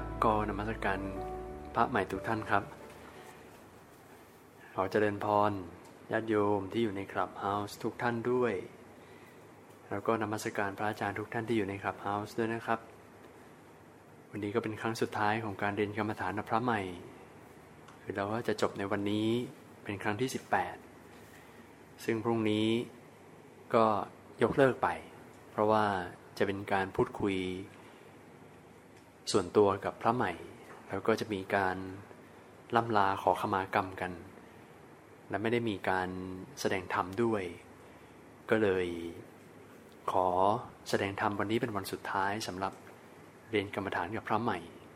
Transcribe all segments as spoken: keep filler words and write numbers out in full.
ก็นมัสการพระใหม่ทุกท่านครับขอเจริญพรญาติโยมที่อยู่ในคลับเฮาส์ทุกท่านด้วยแล้วก็นมัสการพระอาจารย์ทุกท่านที่อยู่ในคลับเฮาส์ด้วยนะครับวันนี้ก็เป็นครั้งสุดท้ายของการเรียนกรรมฐานพระใหม่คือเราก็จะจบในวันนี้เป็นครั้งที่สิบแปดซึ่งพรุ่งนี้ก็ยกเลิกไปเพราะว่าจะเป็นการพูดคุยส่วนตัวกับพระใหม่แล้วก็จะมีการล่ำลาขอขมากรรมกันและไม่ได้มีการแสดงธรรมด้วยก็เลยขอแสดงธรรมวันนี้เป็นวันสุดท้ายสำหรับเรียนกรรมฐานกับพระใหม่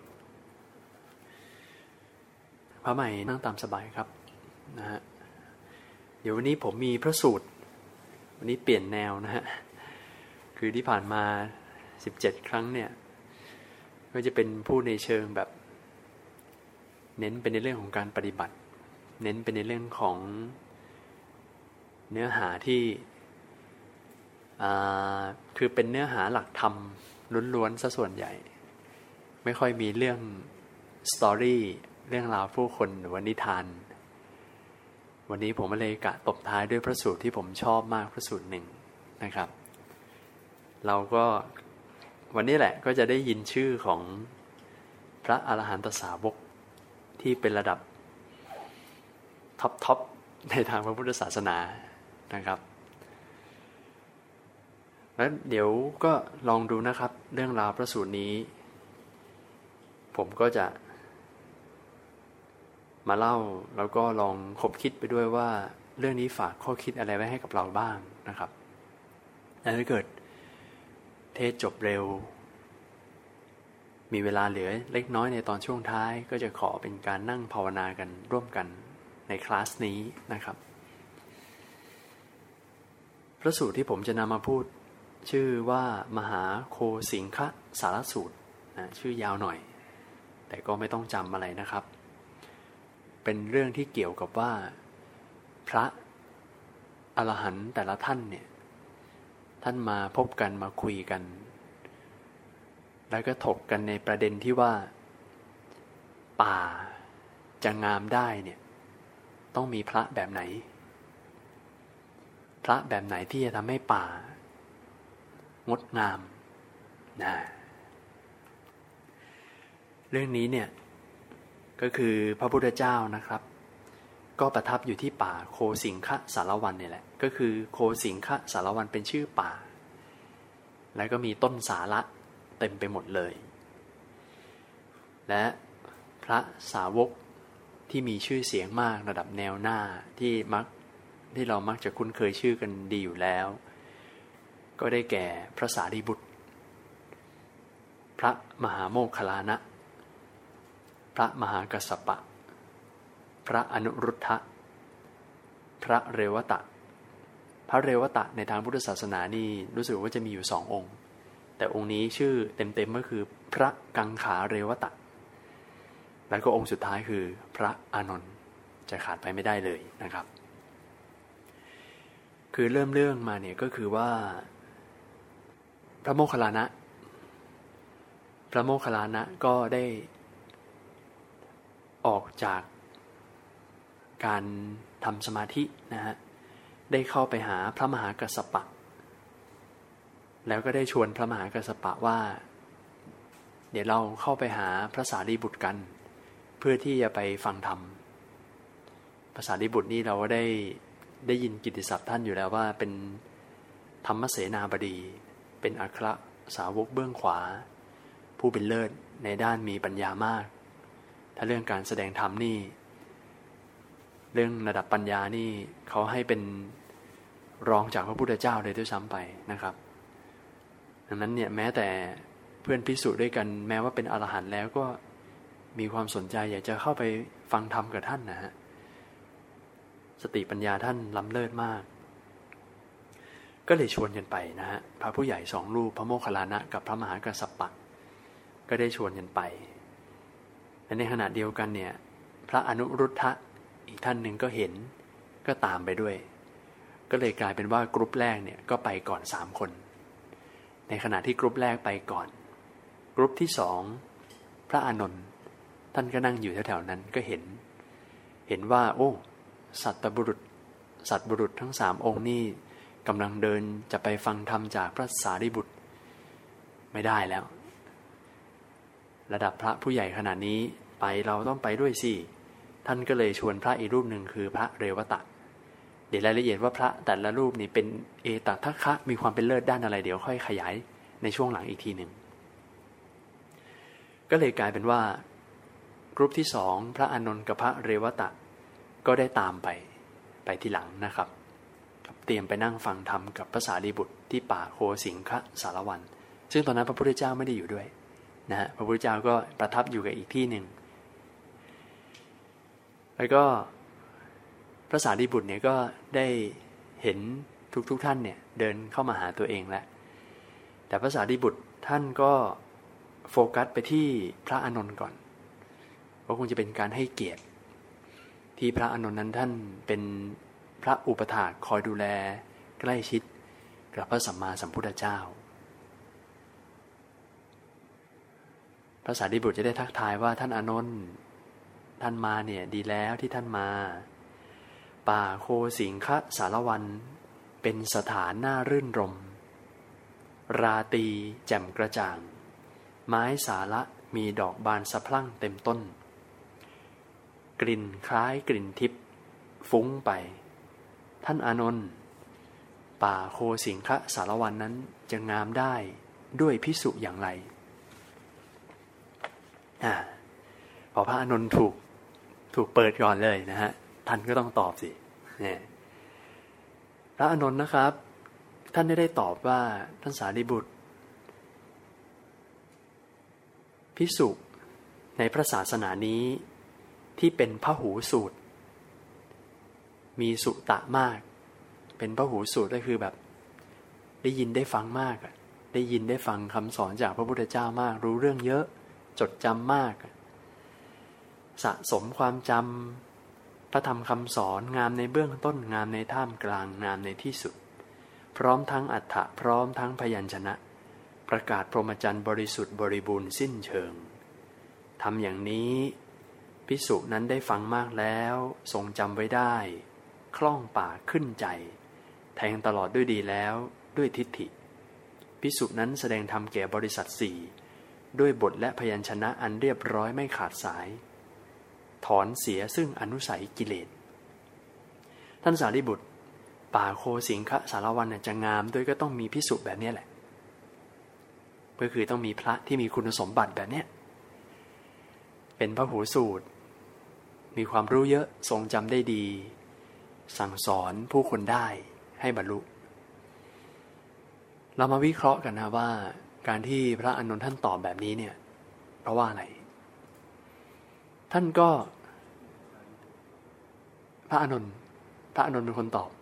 พระใหม่นั่งตามสบายครับนะฮะเดี๋ยววันนี้ผมมีพระสูตรวันนี้เปลี่ยนแนวนะฮะคือที่ผ่านมาสิบเจ็ดครั้งเนี่ยก็จะเป็นผู้ในเชิงแบบเน้นเป็นในเรื่องของการปฏิบัติเน้นเป็นในเรื่องของเนื้อหาที่คือเป็นเนื้อหาหลักธรรมล้วนๆซะส่วนใหญ่ไม่ค่อยมีเรื่องสตอรี่เรื่องราวผู้คนหรือว่านิทานวันนี้ผมเลยกะตบท้ายด้วยพระสูตรที่ผมชอบมากพระสูตรหนึ่งนะครับเราก็วันนี้แหละก็จะได้ยินชื่อของพระอรหันตสาวกที่เป็นระดับท็อปท็อปในทางพระพุทธศาสนานะครับแล้วเดี๋ยวก็ลองดูนะครับเรื่องราวพระสูตรนี้ผมก็จะมาเล่าแล้วก็ลองคบคิดไปด้วยว่าเรื่องนี้ฝากข้อคิดอะไรไว้ให้กับเราบ้างนะครับแล้วถ้าเกิดเทศจบเร็วมีเวลาเหลือเล็กน้อยในตอนช่วงท้ายก็จะขอเป็นการนั่งภาวนากันร่วมกันในคลาสนี้นะครับพระสูตรที่ผมจะนำมาพูดชื่อว่ามหาโคสิงคสารสูตรนะชื่อยาวหน่อยแต่ก็ไม่ต้องจำอะไรนะครับเป็นเรื่องที่เกี่ยวกับว่าพระอรหันต์แต่ละท่านเนี่ยท่านมาพบกันมาคุยกันแล้วก็ถกกันในประเด็นที่ว่าป่าจะงามได้เนี่ยต้องมีพระแบบไหนพระแบบไหนที่จะทำให้ป่างดงามนะเรื่องนี้เนี่ยก็คือพระพุทธเจ้านะครับก็ประทับอยู่ที่ป่าโคสิงคสารวันนี่แหละก็คือโคสิงคสารวันเป็นชื่อป่าแล้วก็มีต้นสาระเต็มไปหมดเลยและพระสาวกที่มีชื่อเสียงมากระดับแนวหน้าที่มักที่เรามักจะคุ้นเคยชื่อกันดีอยู่แล้วก็ได้แก่พระสารีบุตรพระมหาโมคคัลลานะพระมหากัสสปะพระอนุรุทธะพระเรวตะพระเรวตะในทางพุทธศาสนานี่รู้สึกว่าจะมีอยู่สององค์แต่องค์นี้ชื่อเต็มๆก็คือพระกังขาเรวตะแล้วก็องค์สุดท้ายคือพระอานนท์จะขาดไปไม่ได้เลยนะครับคือเริ่มเรื่องมาเนี่ยก็คือว่าพระโมคคัลลานะพระโมคคัลลานะก็ได้ออกจากการทำสมาธินะฮะได้เข้าไปหาพระมหากัสสปะแล้วก็ได้ชวนพระมหากัสสปะว่าเดี๋ยวเราเข้าไปหาพระสารีบุตรกันเพื่อที่จะไปฟังธรรมพระสารีบุตรนี่เราก็ได้ได้ยินกิตติศัพท์ท่านอยู่แล้วว่าเป็นธรรมเสนาบดีเป็นอัครสาวกเบื้องขวาผู้เป็นเลิศในด้านมีปัญญามากถ้าเรื่องการแสดงธรรมนี่เรื่องระดับปัญญานี่เขาให้เป็นรองจากพระพุทธเจ้าเลยด้วยซ้ำไปนะครับดังนั้นเนี่ยแม้แต่เพื่อนภิกษุด้วยกันแม้ว่าเป็นอรหันต์แล้วก็มีความสนใจอยากจะเข้าไปฟังธรรมกับท่านนะฮะสติปัญญาท่านล้ำเลิศมากก็เลยชวนกันไปนะฮะพระผู้ใหญ่สองรูปพระโมคคัลลานะกับพระมหากัสสปะก็ได้ชวนกันไปและในขณะเดียวกันเนี่ยพระอนุรุทธะอีกท่านหนึ่งก็เห็นก็ตามไปด้วยก็เลยกลายเป็นว่ากรุ๊ปแรกเนี่ยก็ไปก่อนสามคนในขณะที่กรุ๊ปแรกไปก่อนกรุ๊ปที่สองพระอานนท์ท่านก็นั่งอยู่แถวๆนั้นก็เห็นเห็นว่าโอ้สัตบุรุษสัตบุรุษทั้งสามองค์นี่กำลังเดินจะไปฟังธรรมจากพระสารีบุตรไม่ได้แล้วระดับพระผู้ใหญ่ขนาดนี้ไปเราต้องไปด้วยสิท่านก็เลยชวนพระอีกรูปหนึ่งคือพระเรวตะเดี๋ยวรายละเอียดว่าพระแต่ละรูปนี่เป็นเอตทัคคะมีความเป็นเลิศด้านอะไรเดี๋ยวค่อยขยายในช่วงหลังอีกทีหนึ่งก็เลยกลายเป็นว่ากรุ๊ปที่สองพระอานนท์กับพระเรวตะก็ได้ตามไปไปทีหลังนะครับเตรียมไปนั่งฟังธรรมกับพระสารีบุตรที่ป่าโคสิงคะสารวันซึ่งตอนนั้นพระพุทธเจ้าไม่ได้อยู่ด้วยนะฮะพระพุทธเจ้าก็ประทับอยู่กับอีกที่หนึ่งแล้วก็พระสารีบุตรเนี่ยก็ได้เห็นทุกๆ ท, ท่านเนี่ยเดินเข้ามาหาตัวเองแล้วแต่พระสารีบุตรท่านก็โฟกัสไปที่พระอานนท์ก่อนก็คงจะเป็นการให้เกียรติที่พระอานนท์นั้นท่านเป็นพระอุปถากคอยดูแลใกล้ชิดกับพระสัมมาสัมพุทธเจ้าพระสารีบุตรจะได้ทักทายว่าท่านอานนท์ท่านมาเนี่ยดีแล้วที่ท่านมาป่าโคสิงคะสารวันเป็นสถานน่ารื่นรมราตรีแจ่มกระจ่างไม้สาระมีดอกบานสะพรั่งเต็มต้นกลิ่นคล้ายกลิ่นทิพย์ฟุ้งไปท่านอานนท์ป่าโคสิงคะสารวันนั้นจะงามได้ด้วยภิกษุอย่างไรอ่าพอพระอานนท์ถูกถูกเปิดก่อนเลยนะฮะท่านก็ต้องตอบสิเนี่ยพระอานนท์นะครับท่านได้ได้ตอบว่าท่านสารีบุตรภิกษุในพระศาสนานี้ที่เป็นพหูสูตรมีสุตะมากเป็นพหูสูตรก็คือแบบได้ยินได้ฟังมากได้ยินได้ฟังคำสอนจากพระพุทธเจ้ามากรู้เรื่องเยอะจดจำมากสะสมความจำพระธรรมคำสอนงามในเบื้องต้นงามในท่ามกลางงามในที่สุดพร้อมทั้งอรรถะพร้อมทั้งพยัญชนะประกาศพรหมจรรย์บริสุทธิ์บริบูรณ์สิ้นเชิงทำอย่างนี้ภิกษุนั้นได้ฟังมากแล้วทรงจำไว้ได้คล่องปากขึ้นใจแทงตลอดด้วยดีแล้วด้วยทิฏฐิภิกษุนั้นแสดงธรรมแก่บริษัทสี่ด้วยบทและพยัญชนะอันเรียบร้อยไม่ขาดสายถอนเสียซึ่งอนุสัยกิเลสท่านสารีบุตรป่าโคสิงคะสารวันจะงามด้วยก็ต้องมีภิกษุแบบนี้แหละก็คือต้องมีพระที่มีคุณสมบัติแบบนี้เป็นพหูสูตรมีความรู้เยอะทรงจำได้ดีสั่งสอนผู้คนได้ให้บรรลุเรามาวิเคราะห์กันนะว่าการที่พระอานนท์ท่านตอบแบบนี้เนี่ยเพราะว่าอะไรท่านก็พระอานนท์พระอานนท์เป็นคนตอบ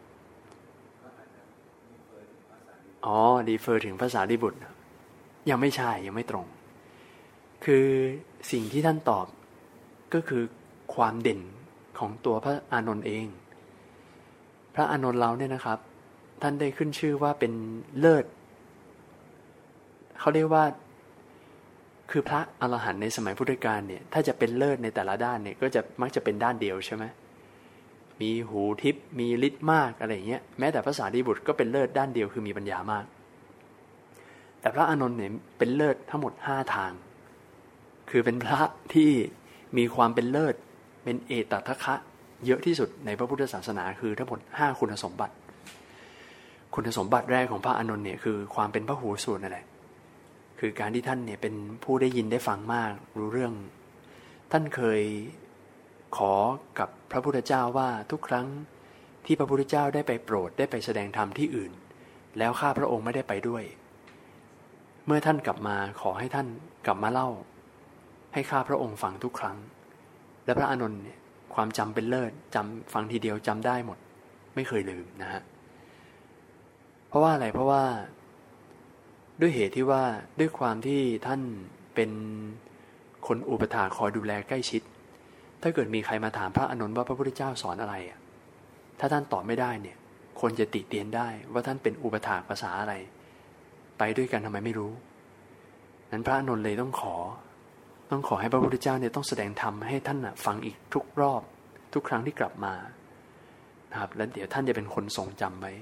อ๋อดีเฟอร์ถึงพระสารีบุตรยังไม่ใช่ยังไม่ตรงคือสิ่งที่ท่านตอบก็คือความเด่นของตัวพระอานนท์เองพระอานนท์เราเนี่ยนะครับท่านได้ขึ้นชื่อว่าเป็นเลิศเขาเรียกว่าคือพระอรหันต์ในสมัยพุทธกาลเนี่ยถ้าจะเป็นเลิศในแต่ละด้านเนี่ยก็จะมักจะเป็นด้านเดียวใช่ไหมมีหูทิพย์มีฤทธิ์มากอะไรเงี้ยแม้แต่พระสารีบุตรก็เป็นเลิศด้านเดียวคือมีปัญญามากแต่พระอานนท์เนี่ยเป็นเลิศทั้งหมดห้าทางคือเป็นพระที่มีความเป็นเลิศเป็นเอตทัคคะเยอะที่สุดในพระพุทธศาสนาคือทั้งหมดห้าคุณสมบัติคุณสมบัติแรกของพระอานนท์เนี่ยคือความเป็นพหูสูตรนั่นแหละคือการที่ท่านเนี่ยเป็นผู้ได้ยินได้ฟังมากรู้เรื่องท่านเคยขอกับพระพุทธเจ้าว่าทุกครั้งที่พระพุทธเจ้าได้ไปโปรดได้ไปแสดงธรรมที่อื่นแล้วข้าพระองค์ไม่ได้ไปด้วยเมื่อท่านกลับมาขอให้ท่านกลับมาเล่าให้ข้าพระองค์ฟังทุกครั้งและพระอานนท์เนี่ยความจำเป็นเลิศจำฟังทีเดียวจำได้หมดไม่เคยลืมนะฮะเพราะว่าอะไรเพราะว่าด้วยเหตุที่ว่าด้วยความที่ท่านเป็นคนอุปถากคอยดูแลใกล้ชิดถ้าเกิดมีใครมาถามพระอานนท์ว่าพระพุทธเจ้าสอนอะไรอ่ะถ้าท่านตอบไม่ได้เนี่ยคนจะติเตียนได้ว่าท่านเป็นอุปถากภาษาอะไรไปด้วยกันทำไมไม่รู้นั้นพระอานนท์เลยต้องขอต้องขอให้พระพุทธเจ้าเนี่ยต้องแสดงธรรมให้ท่านฟังอีกทุกรอบทุกครั้งที่กลับมานะครับแล้วเดี๋ยวท่านจะเป็นคนทรงจำไว้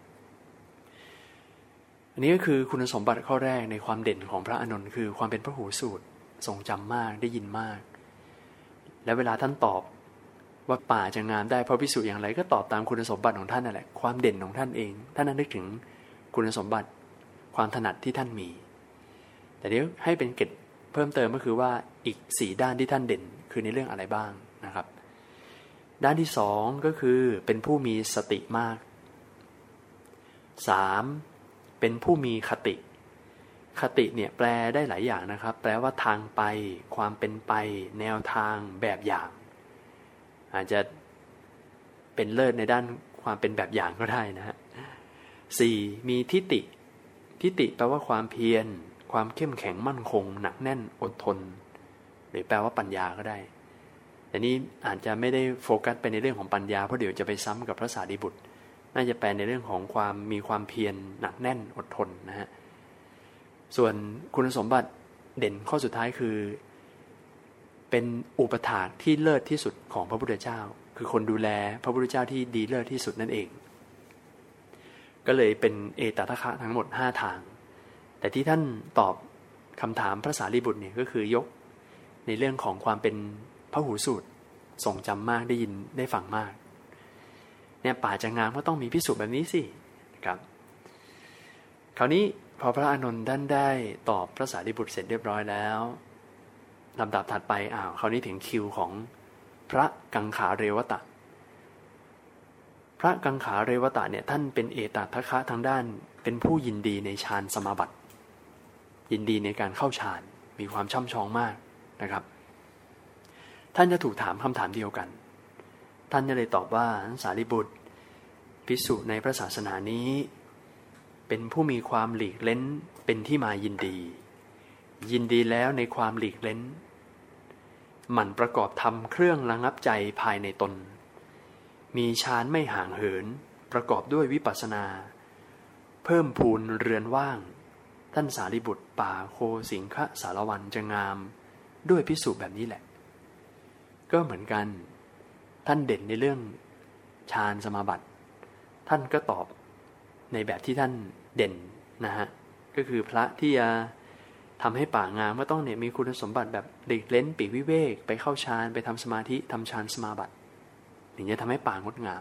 อันนี้ก็คือคุณสมบัติข้อแรกในความเด่นของพระอานนท์คือความเป็นพหูสูตรทรงจำมากได้ยินมากและเวลาท่านตอบว่าป่าจะงามได้เพราะภิกษุอย่างไรก็ตอบตามคุณสมบัติของท่านนั่นแหละความเด่นของท่านเองท่านนึกถึงคุณสมบัติความถนัดที่ท่านมีแต่เดี๋ยวให้เป็นเกร็ดเพิ่มเติมก็คือว่าอีกสี่ด้านที่ท่านเด่นคือในเรื่องอะไรบ้างนะครับด้านที่สองก็คือเป็นผู้มีสติมากสามเป็นผู้มีคติคติเนี่ยแปลได้หลายอย่างนะครับแปลว่าทางไปความเป็นไปแนวทางแบบอย่างอาจจะเป็นเลิศในด้านความเป็นแบบอย่างก็ได้นะฮะสี่มีทิฏฐิทิฏฐิแปลว่าความเพียรความเข้มแข็งมั่นคงหนักแน่นอดทนหรือแปลว่าปัญญาก็ได้แต่นี้อาจจะไม่ได้โฟกัสไปในเรื่องของปัญญาเพราะเดี๋ยวจะไปซ้ำกับพระสารีบุตรน่าจะแปลในเรื่องของความมีความเพียรหนักแน่นอดทนนะฮะส่วนคุณสมบัติเด่นข้อสุดท้ายคือเป็นอุปถากที่เลิศที่สุดของพระพุทธเจ้าคือคนดูแลพระพุทธเจ้าที่ดีเลิศที่สุดนั่นเองก็เลยเป็นเอตทัคคะทั้งหมดห้าทางแต่ที่ท่านตอบคำถามพระสารีบุตรเนี่ยก็คือยกในเรื่องของความเป็นพหูสูตรทรงจำมากได้ยินได้ฟังมากเนี่ยป่าจะงามก็ต้องมีภิกษุแบบนี้สินะครับคราวนี้พอพระอานนท์ท่านได้ตอบพระสารีบุตรเสร็จเรียบร้อยแล้วลำดับถัดไปอ้าวคราวนี้ถึงคิวของพระกังขาเรวตะพระกังขาเรวตะเนี่ยท่านเป็นเอตทัคคะทางด้านเป็นผู้ยินดีในฌานสมาบัติยินดีในการเข้าฌานมีความช่ำชองมากนะครับท่านจะถูกถามคำถามเดียวกันท่านจะเลยตอบว่าสารีบุตรภิกษุในพระศาสนานี้เป็นผู้มีความหลีกเล้นเป็นที่มายินดียินดีแล้วในความหลีกเล้นหมั่นประกอบธรรมเครื่องระงับใจภายในตนมีฌานไม่ห่างเหินประกอบด้วยวิปัสสนาเพิ่มพูนเรือนว่างท่านสารีบุตรป่าโคสิงคะสารวันจะงามด้วยภิกษุแบบนี้แหละก็เหมือนกันท่านเด่นในเรื่องฌานสมาบัติท่านก็ตอบในแบบที่ท่านเด่นนะฮะก็คือพระที่จะทำให้ป่างามก็ต้องเนี่ยมีคุณสมบัติแบบหลีกเล้นปีกวิเวกไปเข้าฌานไปทำสมาธิทำฌานสมาบัติถึงจะทำให้ป่างดงาม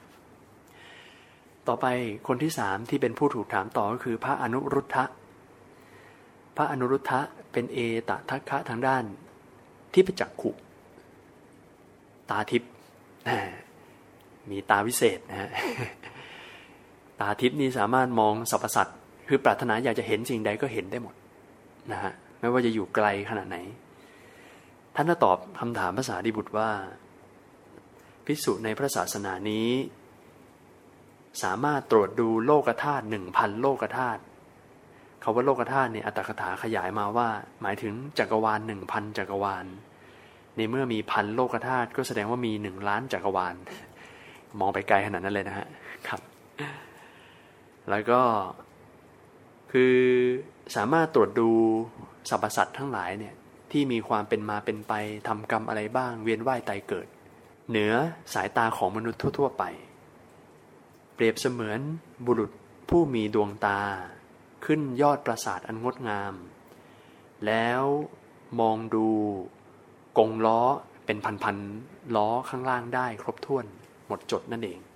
ต่อไปคนที่สามที่เป็นผู้ถูกถามต่อก็คือพระอนุรุทธะพระอนุรุทธะเป็นเอตทัคคะทางด้านทิพจักขุตาทิพย์มีตาวิเศษนะฮะตาทิพย์นี้สามารถมองสรรพสัตว์คือปรารถนาอยากจะเห็นสิ่งใดก็เห็นได้หมดนะฮะไม่ว่าจะอยู่ไกลขนาดไหนท่านก็ตอบคำถามพระสารีบุตรว่าภิกษุในพระศาสนานี้สามารถตรวจดูโลกธาตุหนึ่งพันโลกธาตุคำว่าโลกธาตุเนี่ยอัตถกถาขยายมาว่าหมายถึงจักรวาลหนึ่งพันจักรวาลในเมื่อมีพันโลกธาตุก็แสดงว่ามีหนึ่งล้านจักรวาลมองไปไกลขนาดนั้นเลยนะฮะครับแล้วก็คือสามารถตรวจดูสรรพสัตว์ทั้งหลายเนี่ยที่มีความเป็นมาเป็นไปทำกรรมอะไรบ้างเวียนว่ายตายเกิดเหนือสายตาของมนุษย์ทั่วๆไปเปรียบเสมือนบุรุษผู้มีดวงตาขึ้นยอดปราสาทอันงดงามแล้วมองดูกงล้อเป็นพันๆล้อข้างล่างได้ครบถ้วนหมดจดนั่นเอง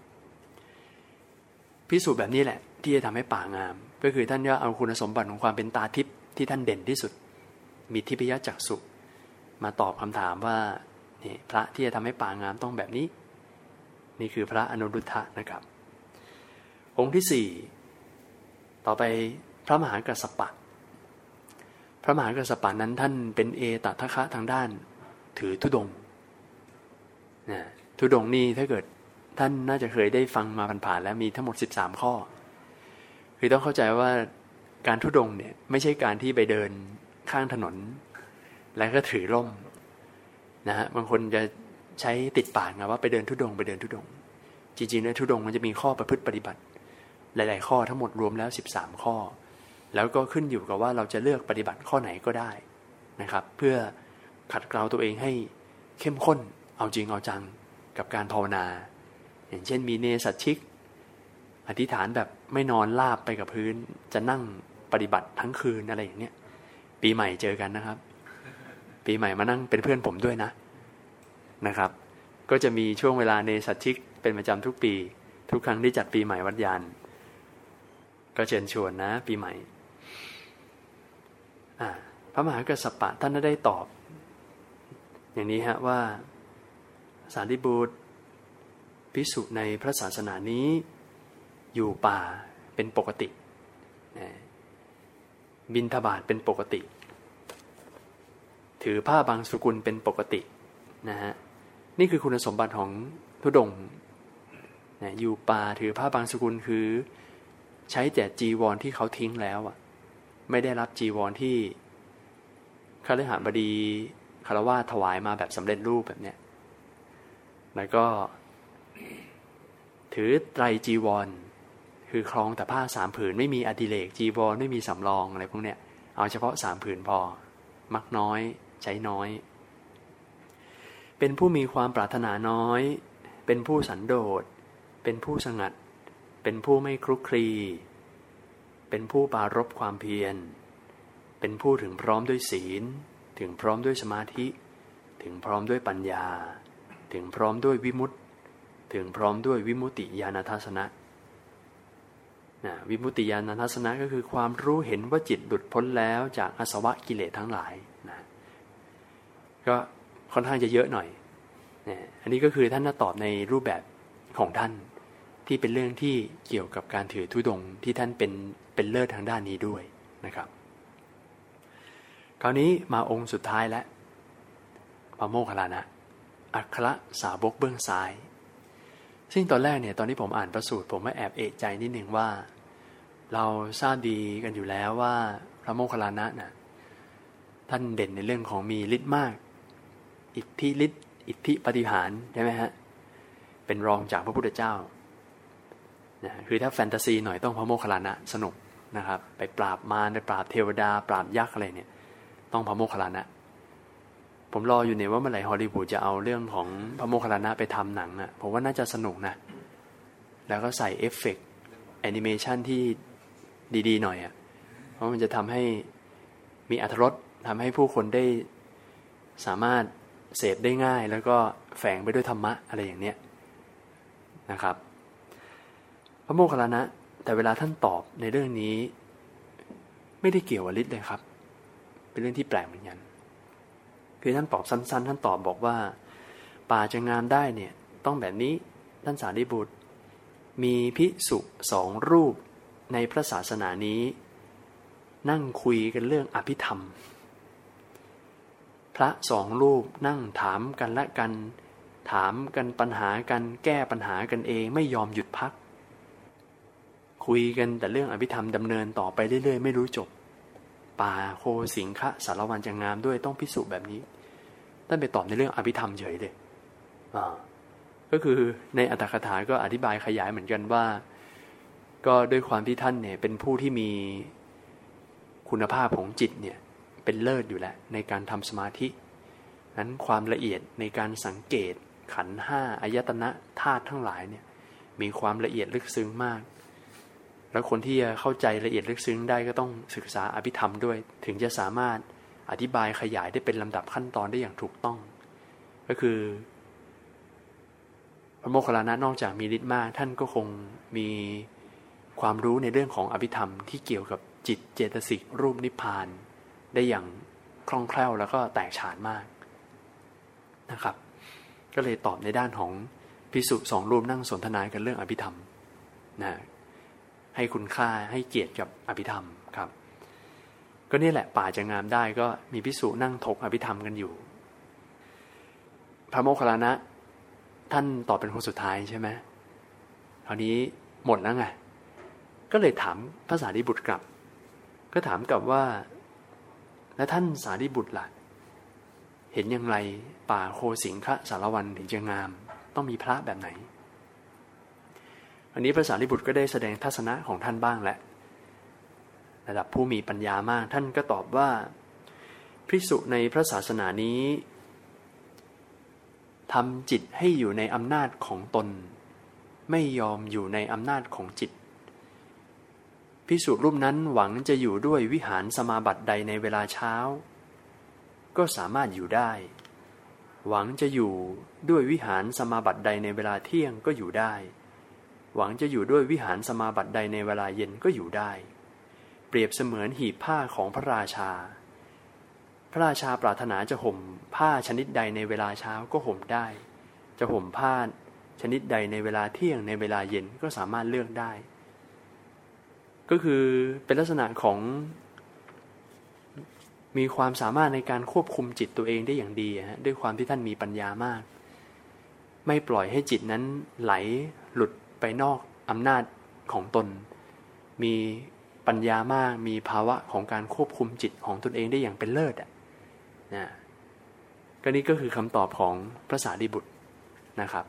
พิสูจน์แบบนี้แหละที่จะทำให้ป่างามก็คือท่านจะเอาคุณสมบัติของความเป็นตาทิพย์ที่ท่านเด่นที่สุดมีทิพยจักษุมาตอบคำถามว่านี่พระที่จะทำให้ป่างามต้องแบบนี้นี่คือพระอนุรุทธะนะครับองค์ที่สี่ต่อไปพระมหากัสสปะพระมหากัสสปะนั้นท่านเป็นเอตทัคคะทางด้านถือธุดงค์นะธุดงค์นี่ถ้าเกิดท่านน่าจะเคยได้ฟังมาผ่านๆแล้วมีทั้งหมดสิบสามข้อคือต้องเข้าใจว่าการธุดงค์เนี่ยไม่ใช่การที่ไปเดินข้างถนนแล้วก็ถือร่มนะฮะบางคนจะใช้ติดปากนะว่าไปเดินธุดงค์ไปเดินธุดงค์จริงๆในธุดงค์มันจะมีข้อประพฤติปฏิบัติหลายๆข้อทั้งหมดรวมแล้วสิบสามข้อแล้วก็ขึ้นอยู่กับว่าเราจะเลือกปฏิบัติข้อไหนก็ได้นะครับ เพื่อขัดเกลาตัวเองให้เข้มข้นเอาจริงเอาจังกับการภาวนาอย่างเช่นมีเนสัชชิกอธิษฐานแบบไม่นอนราบไปกับพื้นจะนั่งปฏิบัติทั้งคืนอะไรอย่างเนี้ยปีใหม่เจอกันนะครับปีใหม่มานั่งเป็นเพื่อนผมด้วยนะนะครับก็จะมีช่วงเวลาเนสัชชิกเป็นประจำทุกปีทุกครั้งที่จัดปีใหม่วัดยานก็เชิญชวนนะปีใหม่อ่าพระมหากัสสปะท่านได้ตอบอย่างนี้ฮะว่าสารีบุตรภิกษุในพระศาสนานี้อยู่ป่าเป็นปกติบิณฑบาตเป็นปกติถือผ้าบางสกุลเป็นปกตินะฮะนี่คือคุณสมบัติของธุดงค์นะอยู่ป่าถือผ้าบางสกุลคือใช้แต่จีวรที่เขาทิ้งแล้วอ่ะไม่ได้รับจีวรที่คฤหบดีคฤหัสถ์ถวายมาแบบสำเร็จรูปแบบเนี้ยแล้วก็ถือไตรจีวรคือครองแต่ผ้าสามผืนไม่มีอดิเรกจีวรไม่มีสำรองอะไรพวกเนี้ยเอาเฉพาะสามผืนพอมักน้อยใช้น้อยเป็นผู้มีความปรารถนาน้อยเป็นผู้สันโดษเป็นผู้สงัดเป็นผู้ไม่คลุกคลีเป็นผู้ปรารภความเพียรเป็นผู้ถึงพร้อมด้วยศีลถึงพร้อมด้วยสมาธิถึงพร้อมด้วยปัญญาถึงพร้อมด้วยวิมุตติถึงพร้อมด้วยวิมุตติญาณทัสสนะนะวิมุตติญาณทัสสนะก็คือความรู้เห็นว่าจิตหลุดพ้นแล้วจากอาสวะกิเลสทั้งหลายนะก็ค่อนข้างจะเยอะหน่อยนะอันนี้ก็คือท่านตอบในรูปแบบของท่านที่เป็นเรื่องที่เกี่ยวกับการถือธุดงค์ที่ท่านเป็นเป็นเลิศทางด้านนี้ด้วยนะครับคราวนี้มาองค์สุดท้ายแล้วพระโมคคัลลานะอัครสาวกเบื้องซ้ายซึ่งตอนแรกเนี่ยตอนที่ผมอ่านพระสูตรผมก็แอบเอะใจนิดหนึ่งว่าเราทราบดีกันอยู่แล้วว่าพระโมคคัลลานะน่ะท่านเด่นในเรื่องของมีฤทธิ์มากอิทธิฤทธิ์อิทธิปาฏิหาริย์ใช่ไหมฮะเป็นรองจากพระพุทธเจ้านะคือถ้าแฟนตาซีหน่อยต้องพระโมคคัลลานะสนุกนะครับไปปราบมารไปปราบเทวดาปราบยักษ์อะไรเนี่ยต้องพระโมคคัลลานะผมรออยู่เนี่ยว่าเมื่อไหร่ฮอลลีวูดจะเอาเรื่องของพระโมคคัลลานะไปทำหนังอ่ะผมว่าน่าจะสนุกนะแล้วก็ใส่เอฟเฟกต์แอนิเมชันที่ดีๆหน่อยอ่ะเพราะมันจะทำให้มีอรรถรสทำให้ผู้คนได้สามารถเสพได้ง่ายแล้วก็แฝงไปด้วยธรรมะอะไรอย่างเนี้ยนะครับพระโมคคัลลานะแต่เวลาท่านตอบในเรื่องนี้ไม่ได้เกี่ยวกับฤทธิ์เลยครับเป็นเรื่องที่แปลกเหมือนกันคือท่านตอบสั้นๆท่านตอบบอกว่าป่าจะงามได้เนี่ยต้องแบบนี้ท่านสารีบุตรมีภิกษุสองรูปในพระศาสนานี้นั่งคุยกันเรื่องอภิธรรมพระสองรูปนั่งถามกันและกันถามกันปัญหากันแก้ปัญหากันเองไม่ยอมหยุดพักคุยกันแต่เรื่องอภิธรรมดำเนินต่อไปเรื่อยๆไม่รู้จบป่าโคสิงคะสารวันจะงามด้วยต้องภิกษุแบบนี้ท่านไปตอบในเรื่องอภิธรรมเฉยเลยอ่าก็คือในอัตถกถาก็อธิบายขยายเหมือนกันว่าก็ด้วยความที่ท่านเนี่ยเป็นผู้ที่มีคุณภาพของจิตเนี่ยเป็นเลิศอยู่แล้วในการทำสมาธินั้นความละเอียดในการสังเกตขันธ์ห้าอายตนะธาตุทั้งหลายเนี่ยมีความละเอียดลึกซึ้งมากแล้วคนที่จะเข้าใจละเอียดลึกซึ้งได้ก็ต้องศึกษาอภิธรรมด้วยถึงจะสามารถอธิบายขยายได้เป็นลำดับขั้นตอนได้อย่างถูกต้องก็คือพระโมคคัลลานะนอกจากมีฤทธิ์มากท่านก็คงมีความรู้ในเรื่องของอภิธรรมที่เกี่ยวกับจิตเจตสิกรูปนิพพานได้อย่างคล่องแคล่วแล้วก็แตกฉานมากนะครับก็เลยตอบในด้านของภิกษุสองรูปนั่งสนทนากันเรื่องอภิธรรมนะให้คุณค่าให้เกียรติกับอภิธรรมครับก็นี่แหละป่าจะงามได้ก็มีภิกษุนั่งถกอภิธรรมกันอยู่พระโมคคัลลานะท่านตอบเป็นคนสุดท้ายใช่ไหมคราวนี้หมดแล้วไงก็เลยถามพระสารีบุตรกลับก็ถามกลับว่าแล้วท่านสารีบุตรล่ะเห็นอย่างไรป่าโคสิงคะสารวันถึงจะงามต้องมีพระแบบไหนอันนี้พระสารีบุตรก็ได้แสดงทัศนะของท่านบ้างแหละระดับผู้มีปัญญามากท่านก็ตอบว่าภิกษุในพระศาสนานี้ทำจิตให้อยู่ในอำนาจของตนไม่ยอมอยู่ในอำนาจของจิตภิกษุรูปนั้นหวังจะอยู่ด้วยวิหารสมาบัติใดในเวลาเช้าก็สามารถอยู่ได้หวังจะอยู่ด้วยวิหารสมาบัติใดในเวลาเที่ยงก็อยู่ได้หวังจะอยู่ด้วยวิหารสมาบัติใดในเวลาเย็นก็อยู่ได้เปรียบเสมือนหีบผ้าของพระราชาพระราชาปรารถนาจะห่มผ้าชนิดใดในเวลาเช้าก็ห่มได้จะห่มผ้าชนิดใดในเวลาเที่ยงในเวลาเย็นก็สามารถเลือกได้ก็คือเป็นลักษณะของมีความสามารถในการควบคุมจิตตัวเองได้อย่างดีฮะด้วยความที่ท่านมีปัญญามากไม่ปล่อยให้จิตนั้นไหลหลุดไปนอกอำนาจของตนมีปัญญามากมีภาวะของการควบคุมจิตของตนเองได้อย่างเป็นเลิศอ่ะนะก็นี่ก็คือคำตอบของพระสารีบุตรนะครับ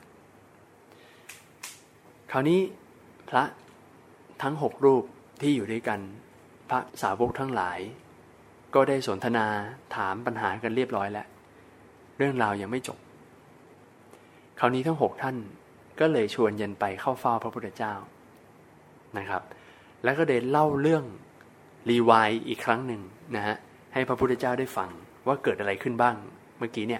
คราวนี้พระทั้งหกรูปที่อยู่ด้วยกันพระสาวกทั้งหลายก็ได้สนทนาถามปัญหากันเรียบร้อยแล้วเรื่องราวยังไม่จบคราวนี้ทั้งหกท่านก็เลยชวนยันไปเข้าเฝ้าพระพุทธเจ้านะครับแล้วก็ได้เล่าเรื่องรีวายอีกครั้งหนึ่งนะฮะให้พระพุทธเจ้าได้ฟังว่าเกิดอะไรขึ้นบ้างเมื่อกี้เนี่ย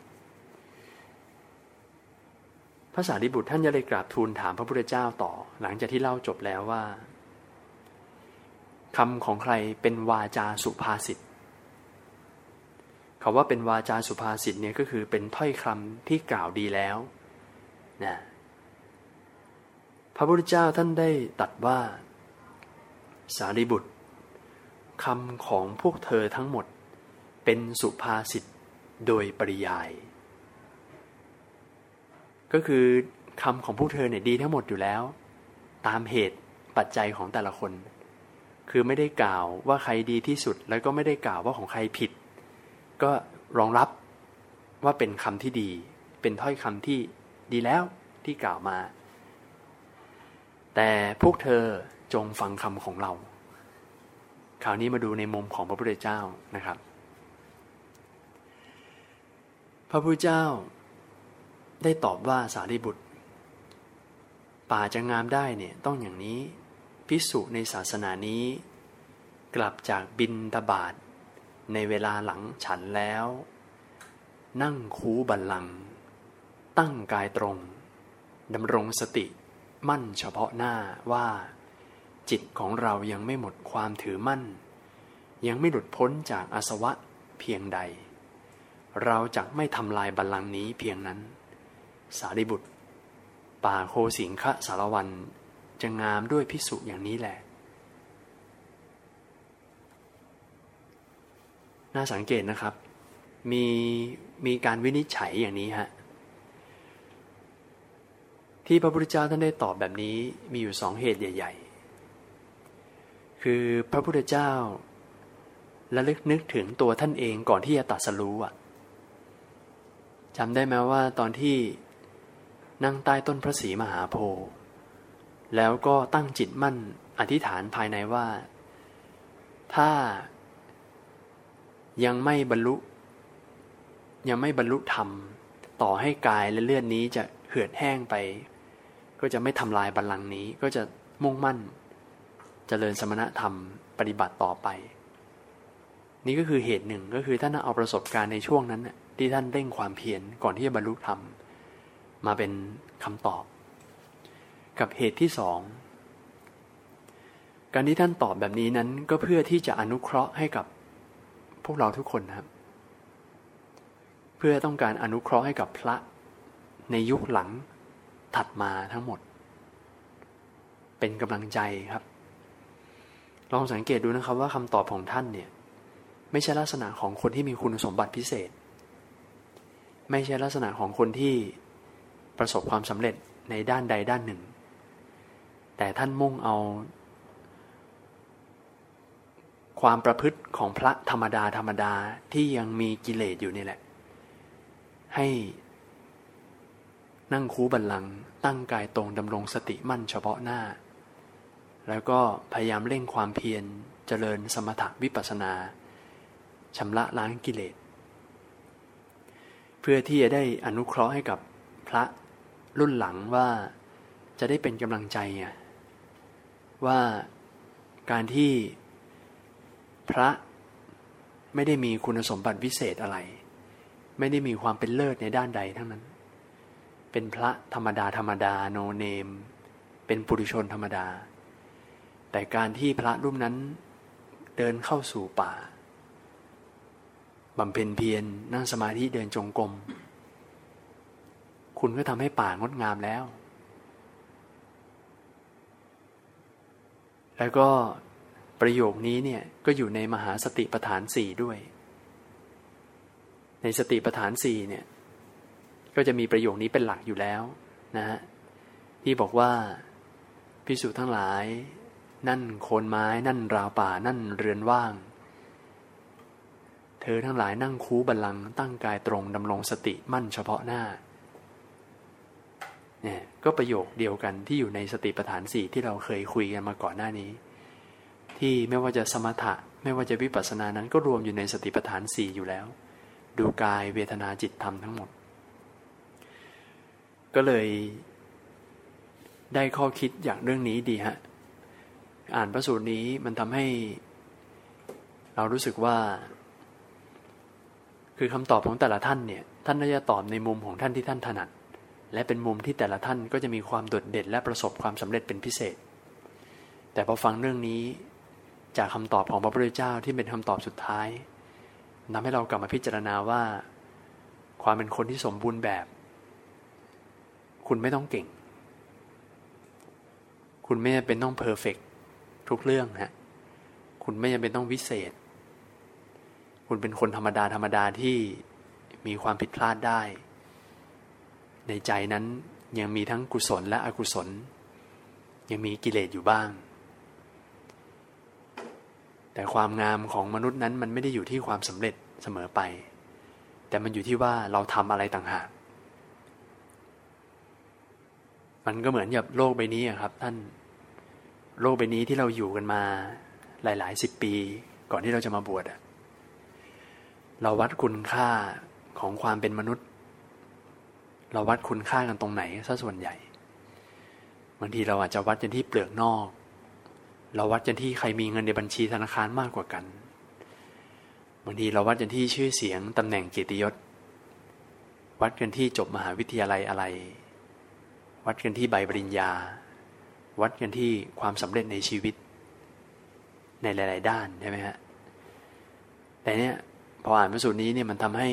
พระสารีบุตรท่านจะเลยกราบทูลถามพระพุทธเจ้าต่อหลังจากที่เล่าจบแล้วว่าคำของใครเป็นวาจาสุภาษิตคำว่าเป็นวาจาสุภาษิตเนี่ยก็คือเป็นถ้อยคำที่กล่าวดีแล้วนะพระพุทธเจ้าท่านได้ตรัสว่าสารีบุตรคำของพวกเธอทั้งหมดเป็นสุภาษิตโดยปริยายก็คือคำของพวกเธอเนี่ยดีทั้งหมดอยู่แล้วตามเหตุปัจจัยของแต่ละคนคือไม่ได้กล่าวว่าใครดีที่สุดแล้วก็ไม่ได้กล่าวว่าของใครผิดก็รองรับว่าเป็นคำที่ดีเป็นถ้อยคำที่ดีแล้วที่กล่าวมาแต่พวกเธอจงฟังคำของเราคราวนี้มาดูในมุมของพระพุทธเจ้านะครับพระพุทธเจ้าได้ตอบว่าสารีบุตรป่าจะงามได้เนี่ยต้องอย่างนี้ภิกษุในศาสนานี้กลับจากบิณฑบาตในเวลาหลังฉันแล้วนั่งคูบัลลังก์ตั้งกายตรงดำรงสติมั่นเฉพาะหน้าว่าจิตของเรายังไม่หมดความถือมั่นยังไม่หลุดพ้นจากอาสวะเพียงใดเราจะไม่ทำลายบัลลังก์นี้เพียงนั้นสารีบุตรป่าโคสิงคะสารวันจะงามด้วยภิกษุอย่างนี้แหละน่าสังเกตนะครับมีมีการวินิจฉัยอย่างนี้ฮะที่พระพุทธเจ้าท่านได้ตอบแบบนี้มีอยู่สองเหตุใหญ่ๆคือพระพุทธเจ้าระลึกนึกถึงตัวท่านเองก่อนที่จะตรัสรู้อ่ะจำได้ไหมว่าตอนที่นั่งใต้ต้นพระศรีมหาโพธิ์แล้วก็ตั้งจิตมั่นอธิษฐานภายในว่าถ้ายังไม่บรรลุยังไม่บรรลุธรรมต่อให้กายและเลือดนี้จะเหือดแห้งไปก็จะไม่ทำลายบัลลังก์นี้ก็จะมุ่งมั่นเจริญสมณธรรมปฏิบัติต่อไปนี่ก็คือเหตุหนึ่งก็คือท่านเอาประสบการณ์ในช่วงนั้นที่ท่านเร่งความเพียรก่อนที่จะบรรลุธรรมมาเป็นคำตอบกับเหตุที่สองการที่ท่านตอบแบบนี้นั้นก็เพื่อที่จะอนุเคราะห์ให้กับพวกเราทุกคนนะครับเพื่อต้องการอนุเคราะห์ให้กับพระในยุคหลังถัดมาทั้งหมดเป็นกำลังใจครับลองสังเกตดูนะครับว่าคำตอบของท่านเนี่ยไม่ใช่ลักษณะของคนที่มีคุณสมบัติพิเศษไม่ใช่ลักษณะของคนที่ประสบความสำเร็จในด้านใดด้านหนึ่งแต่ท่านมุ่งเอาความประพฤติของพระธรรมดาธรรมดาที่ยังมีกิเลสอยู่นี่แหละให้นั่งคูบัลลังก์ตั้งกายตรงดำรงสติมั่นเฉพาะหน้าแล้วก็พยายามเร่งความเพียรเจริญสมถะวิปัสสนาชำระล้างกิเลสเพื่อที่จะได้อนุเคราะห์ให้กับพระรุ่นหลังว่าจะได้เป็นกำลังใจไงว่าการที่พระไม่ได้มีคุณสมบัติวิเศษอะไรไม่ได้มีความเป็นเลิศในด้านใดทั้งนั้นเป็นพระธรรมดาธรรมดาโนเนมเป็นปุถุชนธรรมดาแต่การที่พระรูปนั้นเดินเข้าสู่ป่าบำเพ็ญเพียรนั่งสมาธิเดินจงกรมคุณก็ทำให้ป่างดงามแล้วแล้วก็ประโยคนี้เนี่ยก็อยู่ในมหาสติปัฏฐานสี่ด้วยในสติปัฏฐานสี่เนี่ยก็จะมีประโยคนี้เป็นหลักอยู่แล้วนะฮะที่บอกว่าภิกษุทั้งหลายนั่นโคนไม้นั่นราวป่านั่นเรือนว่างเธอทั้งหลายนั่งคูบัลลังก์ตั้งกายตรงดำรงสติมั่นเฉพาะหน้าเนี่ยก็ประโยคเดียวกันที่อยู่ในสติปัฏฐานสี่ที่เราเคยคุยกันมาก่อนหน้านี้ที่ไม่ว่าจะสมถะไม่ว่าจะวิปัสสนานั้นก็รวมอยู่ในสติปัฏฐานสี่อยู่แล้วดูกายเวทนาจิตธรรมทั้งหมดก็เลยได้ข้อคิดอย่างเรื่องนี้ดีฮะอ่านพระสูตรนี้มันทำให้เรารู้สึกว่าคือคำตอบของแต่ละท่านเนี่ยท่านน่าจะตอบในมุมของท่านที่ท่านถนัดและเป็นมุมที่แต่ละท่านก็จะมีความโดดเด่นและประสบความสำเร็จเป็นพิเศษแต่พอฟังเรื่องนี้จากคำตอบของพระพุทธเจ้าที่เป็นคำตอบสุดท้ายทำให้เรากลับมาพิจารณาว่าความเป็นคนที่สมบูรณ์แบบคุณไม่ต้องเก่งคุณไม่จำเป็นต้องเพอร์เฟกต์ทุกเรื่องฮะคุณไม่จำเป็นต้องวิเศษคุณเป็นคนธรรมดาธรรมดาที่มีความผิดพลาดได้ในใจนั้นยังมีทั้งกุศลและอกุศลยังมีกิเลสอยู่บ้างแต่ความงามของมนุษย์นั้นมันไม่ได้อยู่ที่ความสำเร็จเสมอไปแต่มันอยู่ที่ว่าเราทำอะไรต่างหากมันก็เหมือนกับโลกใบนี้ครับท่านโลกใบนี้ที่เราอยู่กันมาหลายๆสิบปีก่อนที่เราจะมาบวชเราวัดคุณค่าของความเป็นมนุษย์เราวัดคุณค่ากันตรงไหนซะส่วนใหญ่บางทีเราอาจจะวัดกันที่เปลือกนอกเราวัดกันที่ใครมีเงินในบัญชีธนาคารมากกว่ากันบางทีเราวัดกันที่ชื่อเสียงตำแหน่งเกียรติยศวัดกันที่จบมหาวิทยาลัยอะไรวัดกันที่ใบปริญญาวัดกันที่ความสำเร็จในชีวิตในหลายๆด้านใช่ไหมฮะแต่เนี้ยพออ่านพระสูตรนี้เนี่ยมันทำให้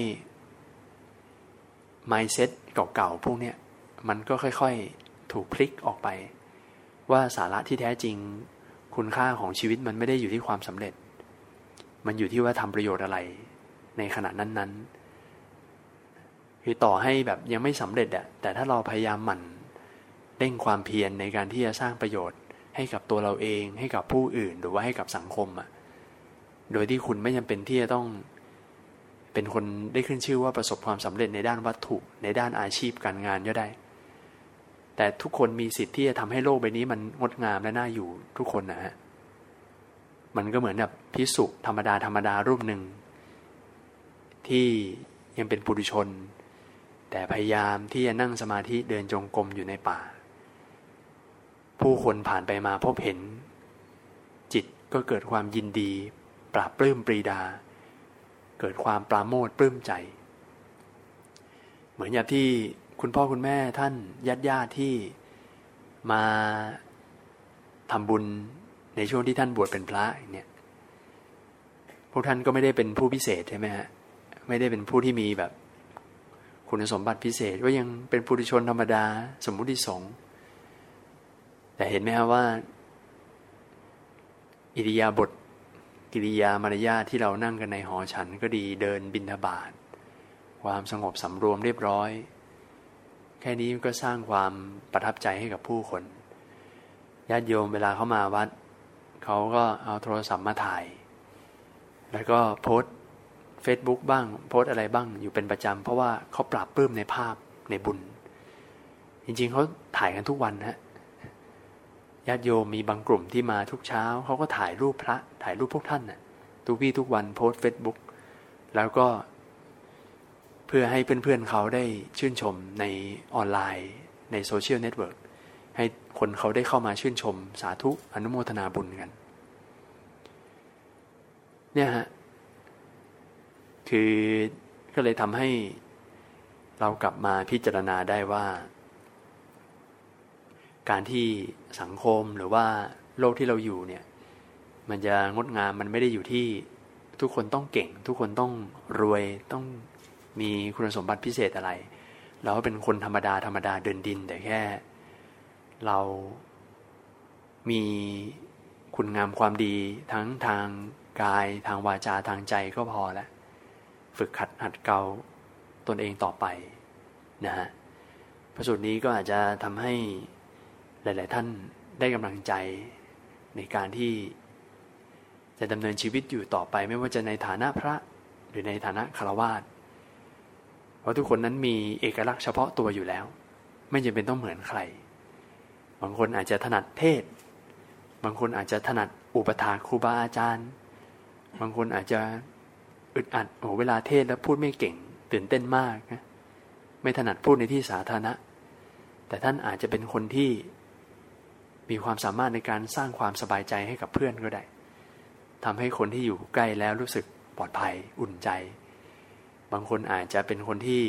mindset เก่าๆพวกเนี้ยมันก็ค่อยๆถูกพลิกออกไปว่าสาระที่แท้จริงคุณค่าของชีวิตมันไม่ได้อยู่ที่ความสำเร็จมันอยู่ที่ว่าทำประโยชน์อะไรในขณะนั้นๆคือต่อให้แบบยังไม่สำเร็จอะแต่ถ้าเราพยายามหมั่นเร่งความเพียรในการที่จะสร้างประโยชน์ให้กับตัวเราเองให้กับผู้อื่นหรือว่าให้กับสังคมอะโดยที่คุณไม่จำเป็นที่จะต้องเป็นคนได้ขึ้นชื่อว่าประสบความสำเร็จในด้านวัตถุในด้านอาชีพการงานก็ได้แต่ทุกคนมีสิทธิ์ที่จะทำให้โลกใบนี้มันงดงามและน่าอยู่ทุกคนนะฮะมันก็เหมือนแบบภิกษุธรรมดาธรรมดารูปหนึ่งที่ยังเป็นปุถุชนแต่พยายามที่จะนั่งสมาธิเดินจงกรมอยู่ในป่าผู้คนผ่านไปมาพบเห็นจิตก็เกิดความยินดีปราบปลื้มปรีดาเกิดความปราโมทย์ปลื้มใจเหมือนอย่างที่คุณพ่อคุณแม่ท่านญาติญาติที่มาทำบุญในช่วงที่ท่านบวชเป็นพระเนี่ยพวกท่านก็ไม่ได้เป็นผู้พิเศษใช่ไหมฮะไม่ได้เป็นผู้ที่มีแบบคุณสมบัติพิเศษก็ยังเป็นปุถุชนธรรมดาสมมุติสงฆ์แต่เห็นไหมครับว่าอิริยาบถกิริยามารยาทที่เรานั่งกันในหอฉันก็ดีเดินบิณฑบาตความสงบสำรวมเรียบร้อยแค่นี้ก็สร้างความประทับใจให้กับผู้คนญาติโยมเวลาเขามาวัดเขาก็เอาโทรศัพท์มาถ่ายแล้วก็โพสต์เฟซบุ๊กบ้างโพสต์อะไรบ้างอยู่เป็นประจำเพราะว่าเขาปราบปลื้มในภาพในบุญจริงๆเขาถ่ายกันทุกวันฮะญาติโยมมีบางกลุ่มที่มาทุกเช้าเขาก็ถ่ายรูปพระถ่ายรูปพวกท่านน่ะทุกวี่ทุกวันโพสต์เฟซบุ๊กแล้วก็เพื่อให้เพื่อนๆเขาได้ชื่นชมในออนไลน์ในโซเชียลเน็ตเวิร์กให้คนเขาได้เข้ามาชื่นชมสาธุอนุโมทนาบุญกันเนี่ยฮะคือก็เลยทำให้เรากลับมาพิจารณาได้ว่าการที่สังคมหรือว่าโลกที่เราอยู่เนี่ยมันจะงดงามมันไม่ได้อยู่ที่ทุกคนต้องเก่งทุกคนต้องรวยต้องมีคุณสมบัติพิเศษอะไรเราเป็นคนธรรมดาธรรมดาเดินดินแต่แค่เรามีคุณงามความดีทั้งทางกายทางวาจาทางใจก็พอแล้วฝึกขัดหัดเกลาตนเองต่อไปนะฮะพระสูตรนี้ก็อาจจะทำให้หลายๆท่านได้กำลังใจในการที่จะดำเนินชีวิตอยู่ต่อไปไม่ว่าจะในฐานะพระหรือในฐานะฆราวาสเพราะทุกคนนั้นมีเอกลักษณ์เฉพาะตัวอยู่แล้วไม่จำเป็นต้องเหมือนใครบางคนอาจจะถนัดเทศบางคนอาจจะถนัดอุปถากครูบาอาจารย์บางคนอาจจะอึดอัดโอ้เวลาเทศแล้วพูดไม่เก่งตื่นเต้นมากนะไม่ถนัดพูดในที่สาธารณะแต่ท่านอาจจะเป็นคนที่มีความสามารถในการสร้างความสบายใจให้กับเพื่อนก็ได้ทำให้คนที่อยู่ใกล้แล้วรู้สึกปลอดภัยอุ่นใจบางคนอาจจะเป็นคนที่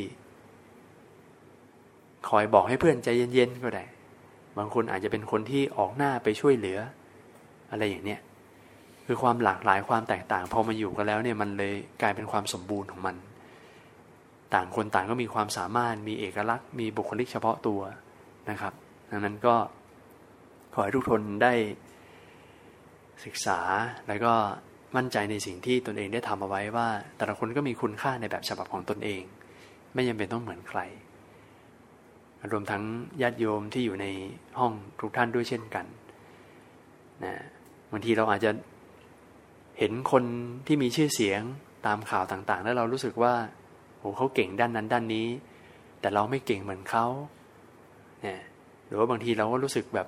คอยบอกให้เพื่อนใจเย็นๆก็ได้บางคนอาจจะเป็นคนที่ออกหน้าไปช่วยเหลืออะไรอย่างเนี้ยคือความหลากหลายความแตกต่างพอมาอยู่กันแล้วเนี่ยมันเลยกลายเป็นความสมบูรณ์ของมันต่างคนต่างก็มีความสามารถมีเอกลักษณ์มีบุคลิกเฉพาะตัวนะครับดังนั้นก็ขอให้ทุกคนได้ศึกษาแล้วก็มั่นใจในสิ่งที่ตนเองได้ทำเอาไว้ว่าแต่ละคนก็มีคุณค่าในแบบฉบับของตนเองไม่จำเป็นต้องเหมือนใครรวมทั้งญาติโยมที่อยู่ในห้องทุกท่านด้วยเช่นกันนะบางทีเราอาจจะเห็นคนที่มีชื่อเสียงตามข่าวต่างๆแล้วเรารู้สึกว่าโอ้เขาเก่งด้านนั้นด้านนี้แต่เราไม่เก่งเหมือนเขาเนี่ยหรือว่าบางทีเราก็รู้สึกแบบ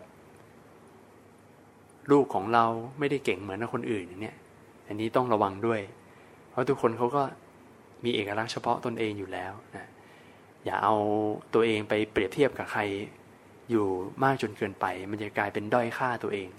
ลูกของเราไม่ได้เก่งเหมือนคนอื่นอย่างเนี้ยอันนี้ต้องระวังด้วยเพราะทุกคนเขาก็มีเอกลักษณ์เฉพาะตนเองอยู่แล้วนะอย่าเอาตัวเองไปเปรียบเทียบกับใครอยู่มากจนเกินไปมันจะกลายเป็นด้อยค่าตัวเอง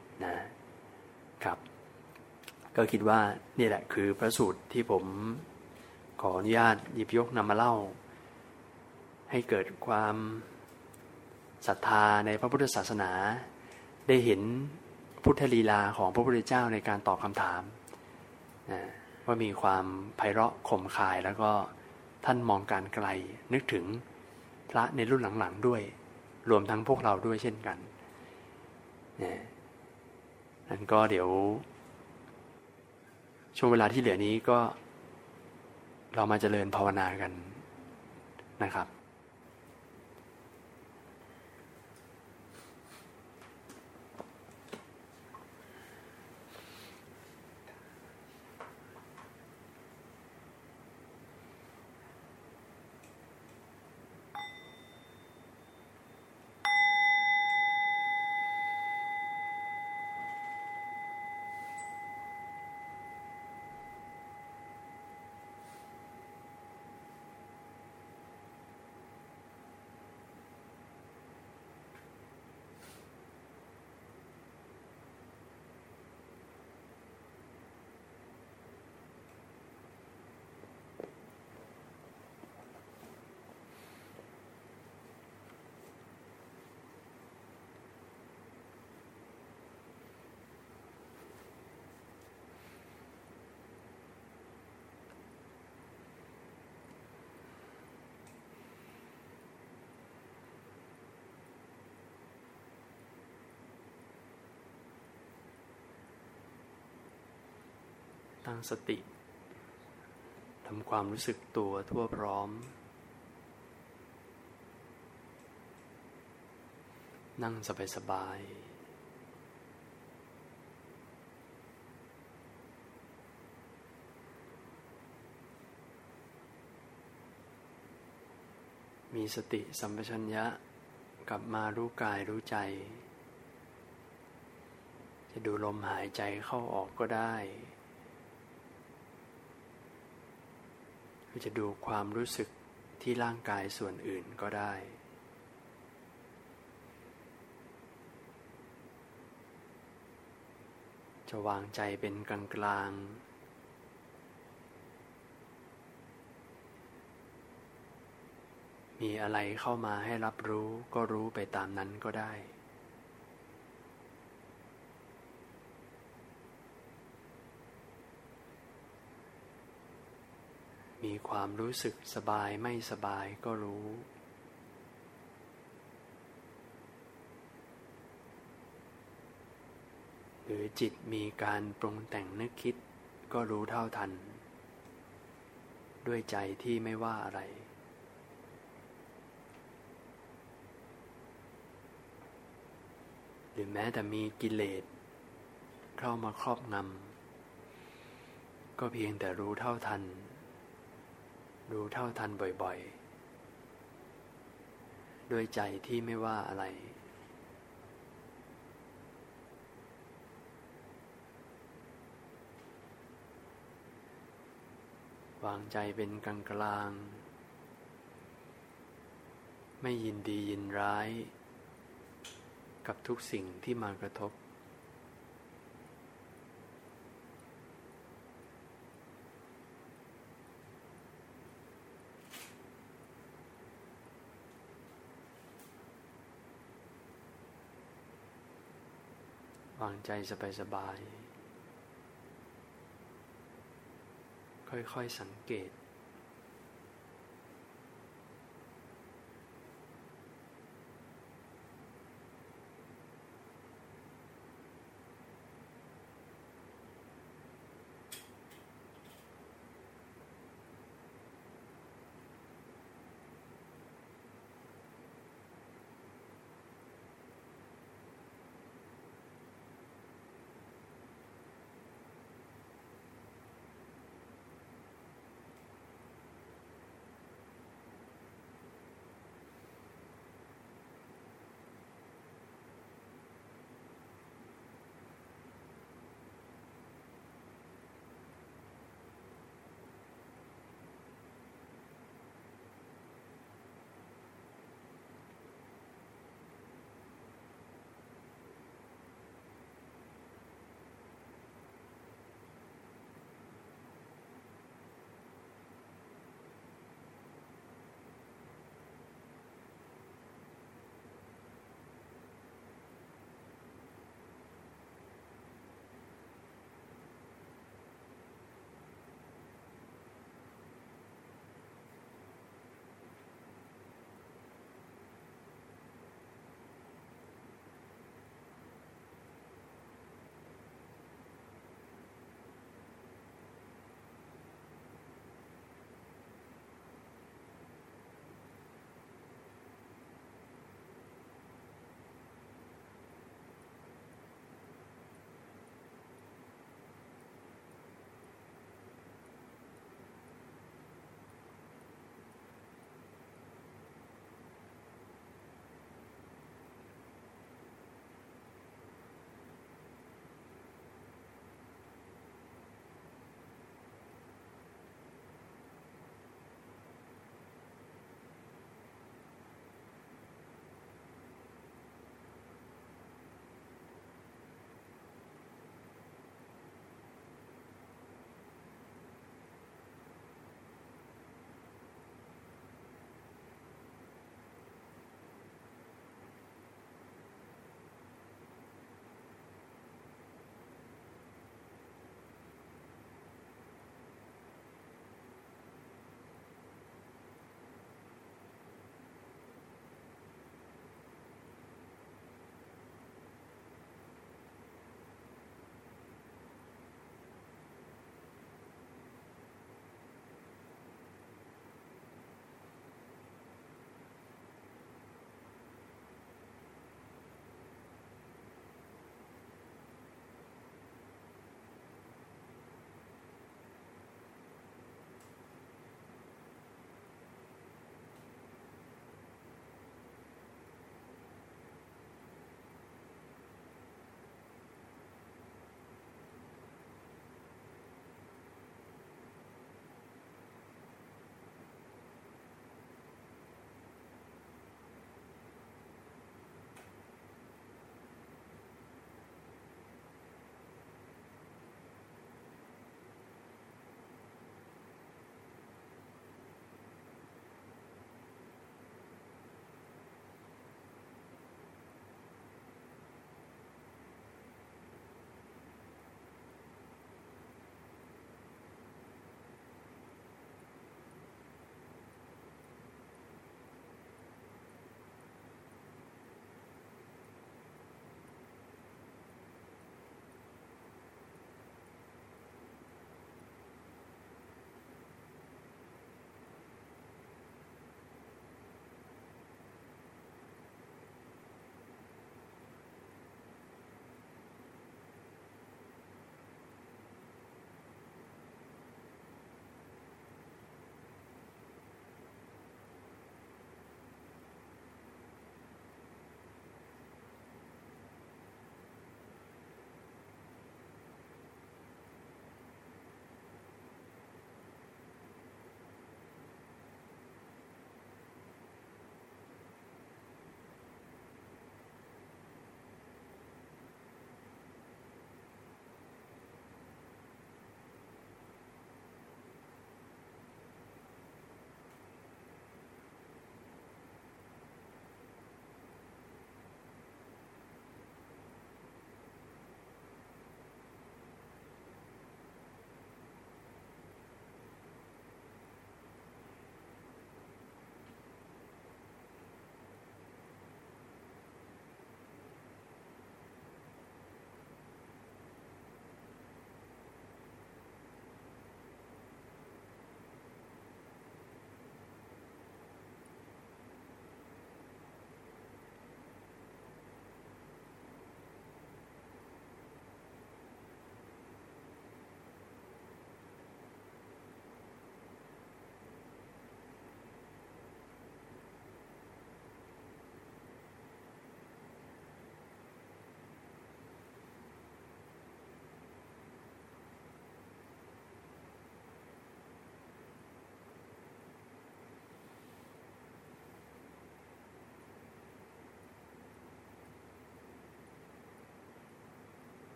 นะครับก็คิดว่านี่แหละคือพระสูตรที่ผมขออนุญาตหยิบยกนำมาเล่าให้เกิดความศรัทธาในพระพุทธศาสนาได้เห็นพุทธลีลาของพระพุทธเจ้าในการตอบคำถามนะว่ามีความไพเราะคมคายแล้วก็ท่านมองการไกลนึกถึงพระในรุ่นหลังๆด้วยรวมทั้งพวกเราด้วยเช่นกันนะนั้นก็เดี๋ยวช่วงเวลาที่เหลือนี้ก็เรามาเจริญภาวนากันนะครับ ตั้งสติทำความรู้สึกตัวทั่วพร้อมนั่งสบายๆมีสติสัมปชัญญะกลับมารู้กายรู้ใจจะดูลมหายใจเข้าออกก็ได้จะดูความรู้สึกที่ร่างกายส่วนอื่นก็ได้จะวางใจเป็นกลางกลางมีอะไรเข้ามาให้รับรู้ก็รู้ไปตามนั้นก็ได้มีความรู้สึกสบายไม่สบายก็รู้หรือจิตมีการปรุงแต่งนึกคิดก็รู้เท่าทันด้วยใจที่ไม่ว่าอะไรหรือแม้แต่มีกิเลสเข้ามาครอบงำก็เพียงแต่รู้เท่าทันรู้เท่าทันบ่อยๆด้วยใจที่ไม่ว่าอะไรวางใจเป็นกลางกลางไม่ยินดียินร้ายกับทุกสิ่งที่มากระทบวางใจสบายๆค่อยๆสังเกต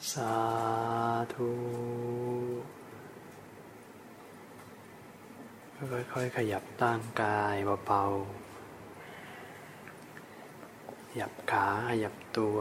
สาธุค่อยๆขยับร่างกายเบาๆขยับขาขยับตัว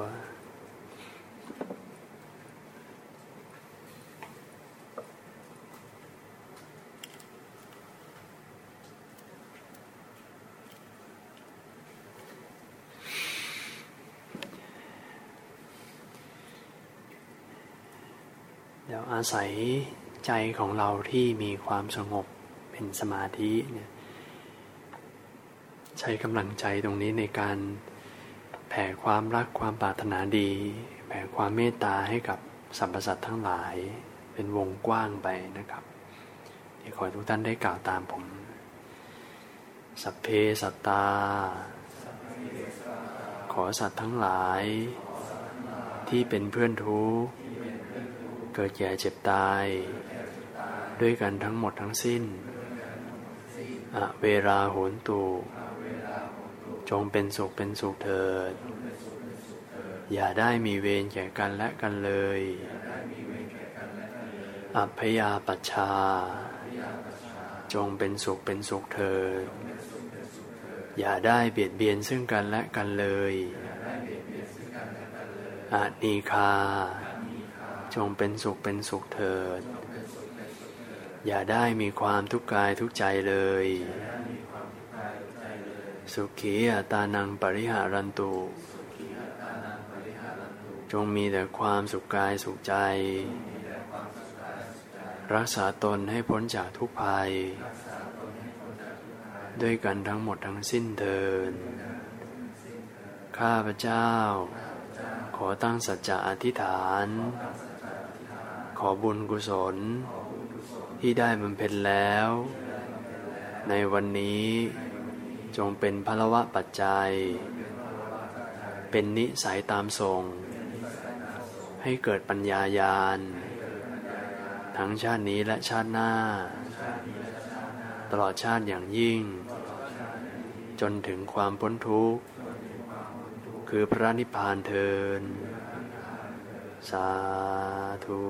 เดี๋ยวอาศัยใจของเราที่มีความสงบเป็นสมาธิเนี่ยใช้กำลังใจตรงนี้ในการแผ่ความรักความปรารถนาดีแผ่ความเมตตาให้กับสรรพสัตว์ทั้งหลายเป็นวงกว้างไปนะครับเดี๋ยวขอทุกท่านได้กล่าวตามผมสัพเพสัตตาขอสัตว์ทั้งหลายที่เป็นเพื่อนทุกข์เกิดแก่เจ็บตายด้วยกันทั้งหมดทั้งสิ้นอเวราโหนตุจงเป็นสุขเป็นสุขเถิดอย่าได้มีเวรแก่กันและกันเลยอัพยาปัชชาจงเป็นสุขเป็นสุขเถิดอย่าได้เบียดเบียนซึ่งกันและกันเลยอานีคาจงเป็นสุขเป็นสุขเถิดอย่าได้มีความทุกข์กายทุกข์ใจเลยสุขีอัตตานังปริหารันตุจงมีแต่ความสุขกายสุขใจรักษาตนให้พ้นจากทุกภัยด้วยกันทั้งหมดทั้งสิ้นเถิดข้าพเจ้าขอตั้งสัจจะอธิษฐานขอบุญกุศลที่ได้บำเพ็ญแล้วในวันนี้จงเป็นพลวะปัจจัยเป็นนิสัยตามส่งให้เกิดปัญญาญาณทั้งชาตินี้และชาติหน้าตลอดชาติอย่างยิ่งจนถึงความพ้นทุกข์คือพระนิพพานเทินสาธุ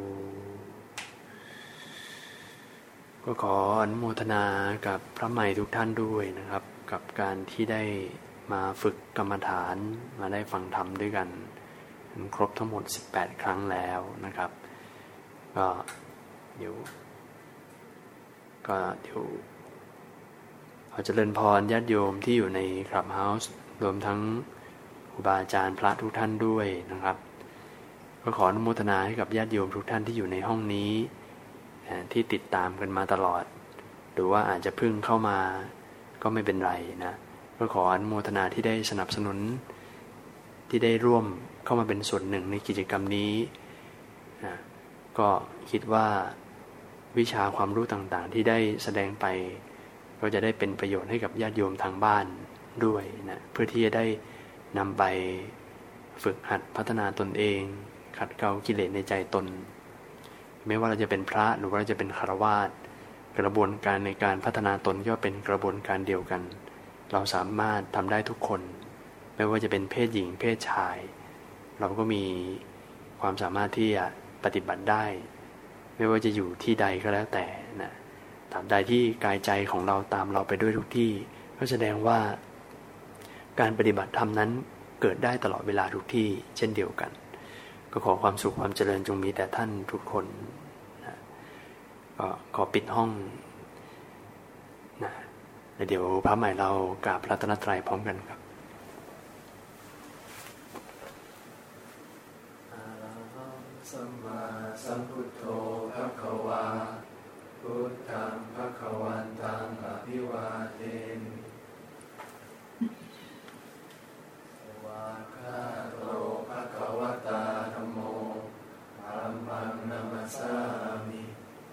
ก็ขออนุโมทนากับพระใหม่ทุกท่านด้วยนะครับกับการที่ได้มาฝึกกรรมฐานมาได้ฟังธรรมด้วยกันครบทั้งหมดสิบแปดครั้งแล้วนะครับก็เดี๋ยวก็เดี๋ยวขอเจริญพรญาติโยมที่อยู่ในคลับเฮาส์รวมทั้งครูบาอาจารย์พระทุกท่านด้วยนะครับก็ขออนุโมทนาให้กับญาติโยมทุกท่านที่อยู่ในห้องนี้ที่ติดตามกันมาตลอดหรือว่าอาจจะเพิ่งเข้ามาก็ไม่เป็นไรนะก็ขออนุโมทนาที่ได้สนับสนุนที่ได้ร่วมเข้ามาเป็นส่วนหนึ่งในกิจกรรมนี้นะก็คิดว่าวิชาความรู้ต่างๆที่ได้แสดงไปก็จะได้เป็นประโยชน์ให้กับญาติโยมทางบ้านด้วยนะเพื่อที่จะได้นำไปฝึกหัดพัฒนาตนเองขัดเกลากิเลสในใจตนไม่ว่าเราจะเป็นพระหรือว่าเราจะเป็นฆราวาสกระบวนการในการพัฒนาตนก็เป็นกระบวนการเดียวกันเราสามารถทำได้ทุกคนไม่ว่าจะเป็นเพศหญิงเพศชายเราก็มีความสามารถที่จะปฏิบัติได้ไม่ว่าจะอยู่ที่ใดก็แล้วแต่นะตราบใดที่กายใจของเราตามเราไปด้วยทุกที่ก็แสดงว่าการปฏิบัติธรรมนั้นเกิดได้ตลอดเวลาทุกที่เช่นเดียวกันก็ขอความสุขความเจริญจงมีแต่ท่านทุกคนนะก็ขอปิดห้องนะแล้วเดี๋ยวพระใหม่เรากราบพระรัตนตรัยพร้อมกันครับอะระหังสัมมาสัมพุทโธภควาพุทธังภควันตังอภิวาเทมิวะคาโตภควตาธัมโมธัมมังนัมสสามิ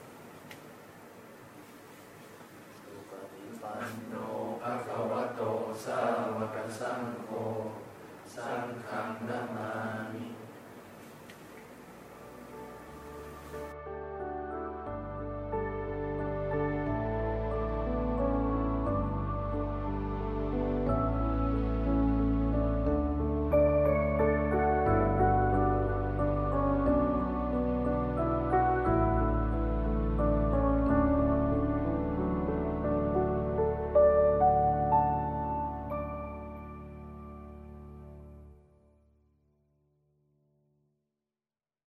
สุปฏิปันโนภควโตสาวกสังโฆสังฆัง